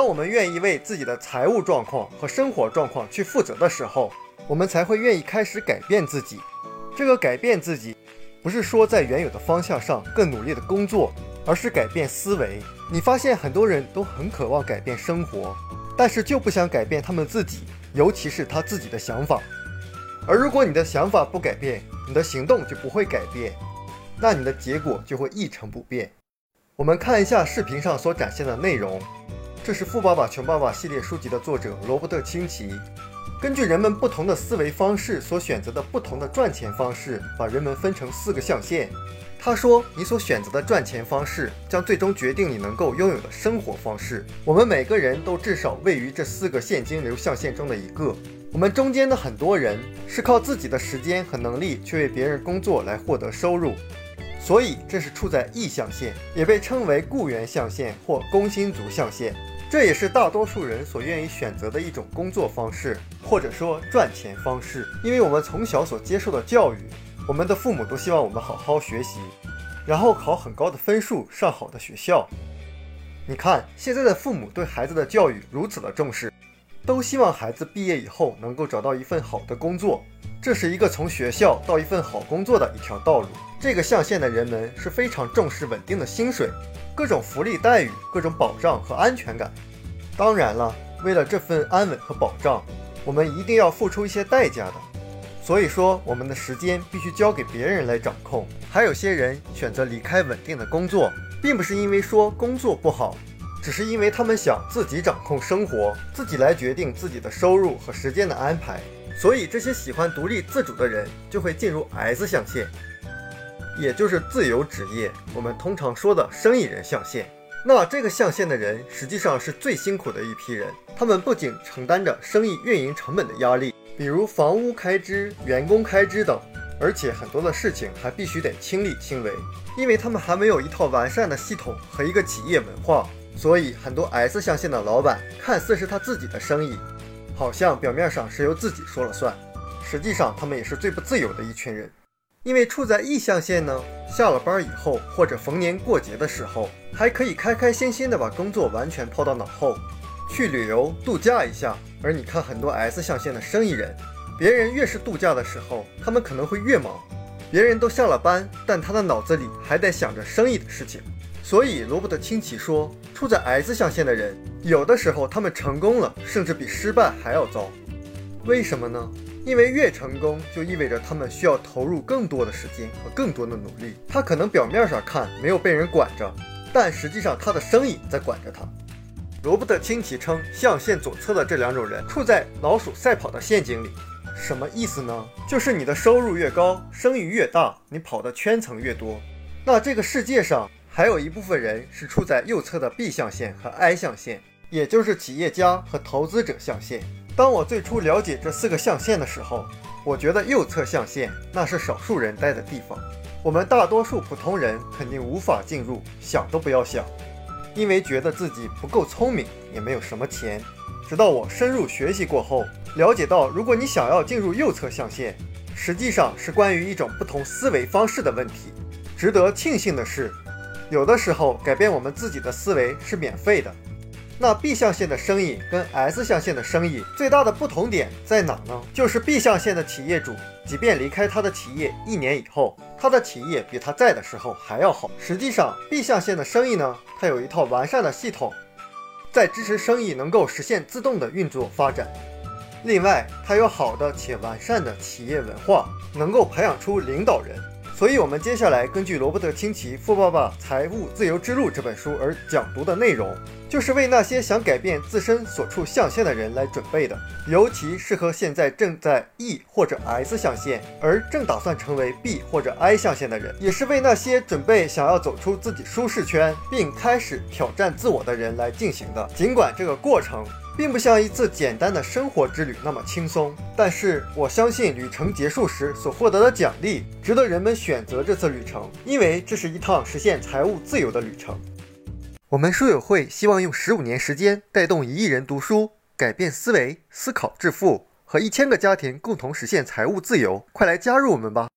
我们愿意为自己的财务状况和生活状况去负责的时候，我们才会愿意开始改变自己。这个改变自己，不是说在原有的方向上更努力的工作，而是改变思维。你发现很多人都很渴望改变生活，但是就不想改变他们自己，尤其是他自己的想法。而如果你的想法不改变，你的行动就不会改变，那你的结果就会一成不变。我们看一下视频上所展现的内容，这是《富爸爸穷爸爸》系列书籍的作者罗伯特清崎，根据人们不同的思维方式所选择的不同的赚钱方式，把人们分成4个象限。他说，你所选择的赚钱方式将最终决定你能够拥有的生活方式。我们每个人都至少位于这4个现金流象限中的一个。我们中间的很多人是靠自己的时间和能力去为别人工作来获得收入，所以这是处在 E 象限，也被称为雇员象限或工薪族象限。这也是大多数人所愿意选择的一种工作方式，或者说赚钱方式。因为我们从小所接受的教育，我们的父母都希望我们好好学习，然后考很高的分数，上好的学校。你看，现在的父母对孩子的教育如此的重视，都希望孩子毕业以后能够找到一份好的工作，这是一个从学校到一份好工作的一条道路。这个象限的人们是非常重视稳定的薪水，各种福利待遇，各种保障和安全感。当然了，为了这份安稳和保障，我们一定要付出一些代价的。所以说，我们的时间必须交给别人来掌控。还有些人选择离开稳定的工作，并不是因为说工作不好，只是因为他们想自己掌控生活，自己来决定自己的收入和时间的安排。所以这些喜欢独立自主的人就会进入 S 象限，也就是自由职业，我们通常说的生意人象限。那这个象限的人实际上是最辛苦的一批人，他们不仅承担着生意运营成本的压力，比如房屋开支、员工开支等，而且很多的事情还必须得亲力亲为，因为他们还没有一套完善的系统和一个企业文化。所以很多 S 象限的老板看似是他自己的生意，好像表面上是由自己说了算，实际上他们也是最不自由的一群人。因为处在 E 象限呢，下了班以后或者逢年过节的时候，还可以开开心心的把工作完全抛到脑后，去旅游度假一下。而你看很多 S 象限的生意人，别人越是度假的时候，他们可能会越忙，别人都下了班，但他的脑子里还在想着生意的事情。所以罗伯特清崎说，处在 S 象限的人，有的时候他们成功了，甚至比失败还要糟。为什么呢？因为越成功就意味着他们需要投入更多的时间和更多的努力。他可能表面上看没有被人管着，但实际上他的生意在管着他。罗伯特清崎称，象限左侧的这2种人处在老鼠赛跑的陷阱里。什么意思呢？就是你的收入越高，声誉越大，你跑的圈层越多。那这个世界上还有一部分人是处在右侧的 B 象限和 I 象限，也就是企业家和投资者象限。当我最初了解这4个象限的时候，我觉得右侧象限那是少数人待的地方，我们大多数普通人肯定无法进入，想都不要想，因为觉得自己不够聪明，也没有什么钱。直到我深入学习过后，了解到如果你想要进入右侧象限，实际上是关于一种不同思维方式的问题。值得庆幸的是，有的时候改变我们自己的思维是免费的。那 B 象限的生意跟 S 象限的生意最大的不同点在哪呢？就是 B 象限的企业主，即便离开他的企业1年以后，他的企业比他在的时候还要好。实际上 B 象限的生意呢，它有一套完善的系统，在支持生意能够实现自动的运作发展。另外，它有好的且完善的企业文化，能够培养出领导人。所以我们接下来根据罗伯特清崎《富爸爸财务自由之路》这本书而讲读的内容，就是为那些想改变自身所处象限的人来准备的，尤其适合现在正在 E 或者 S 象限，而正打算成为 B 或者 I 象限的人，也是为那些准备想要走出自己舒适圈并开始挑战自我的人来进行的。尽管这个过程并不像一次简单的生活之旅那么轻松，但是我相信旅程结束时所获得的奖励值得人们选择这次旅程，因为这是一趟实现财务自由的旅程。我们书友会希望用15年时间带动1亿人读书，改变思维，思考致富，和1000个家庭共同实现财务自由。快来加入我们吧！